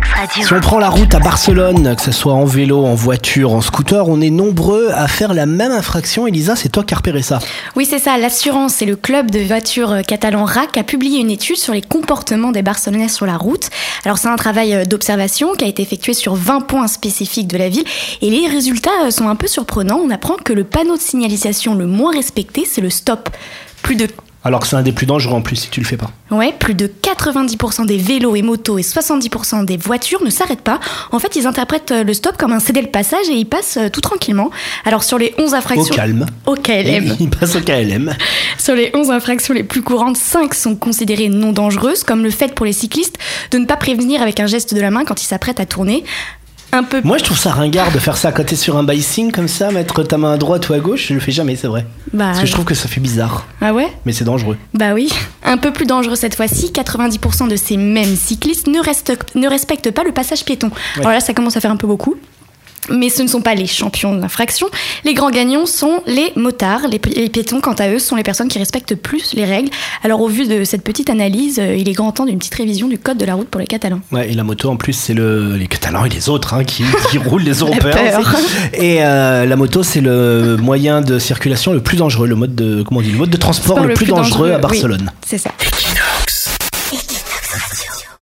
Si on prend la route à Barcelone, que ce soit en vélo, en voiture, en scooter, on est nombreux à faire la même infraction. Elisa, c'est toi qui as repéré ça. Oui, c'est ça. L'assurance et le club de voitures catalan RAC a publié une étude sur les comportements des Barcelonais sur la route. Alors, c'est un travail d'observation qui a été effectué sur 20 points spécifiques de la ville. Et les résultats sont un peu surprenants. On apprend que le panneau de signalisation le moins respecté, c'est le stop. Alors que c'est un des plus dangereux en plus si tu le fais pas. Ouais, plus de 90% des vélos et motos et 70% des voitures ne s'arrêtent pas. En fait, ils interprètent le stop comme un céder le passage et ils passent tout tranquillement. Alors sur les 11 infractions... Au calme. Au KLM. Ils passent au KLM. Sur les 11 infractions les plus courantes, 5 sont considérées non dangereuses, comme le fait pour les cyclistes de ne pas prévenir avec un geste de la main quand ils s'apprêtent à tourner. Moi je trouve ça ringard de faire ça quand t'es sur un bicycle comme ça, mettre ta main à droite ou à gauche. Je le fais jamais, c'est vrai. Parce que je trouve que ça fait bizarre. Ah ouais ? Mais c'est dangereux. Bah oui. Un peu plus dangereux cette fois-ci, 90% de ces mêmes cyclistes ne respectent pas le passage piéton. Ouais. Alors là ça commence à faire un peu beaucoup. Mais ce ne sont pas les champions de l'infraction. Les grands gagnants sont les motards. Les piétons, quant à eux, sont les personnes qui respectent plus les règles. Alors, au vu de cette petite analyse, il est grand temps d'une petite révision du code de la route pour les Catalans. Ouais, et la moto, en plus, c'est les Catalans et les autres qui roulent les Européens. Et la moto, c'est le moyen de circulation le plus dangereux, le mode de transport le plus dangereux à Barcelone. Oui, c'est ça.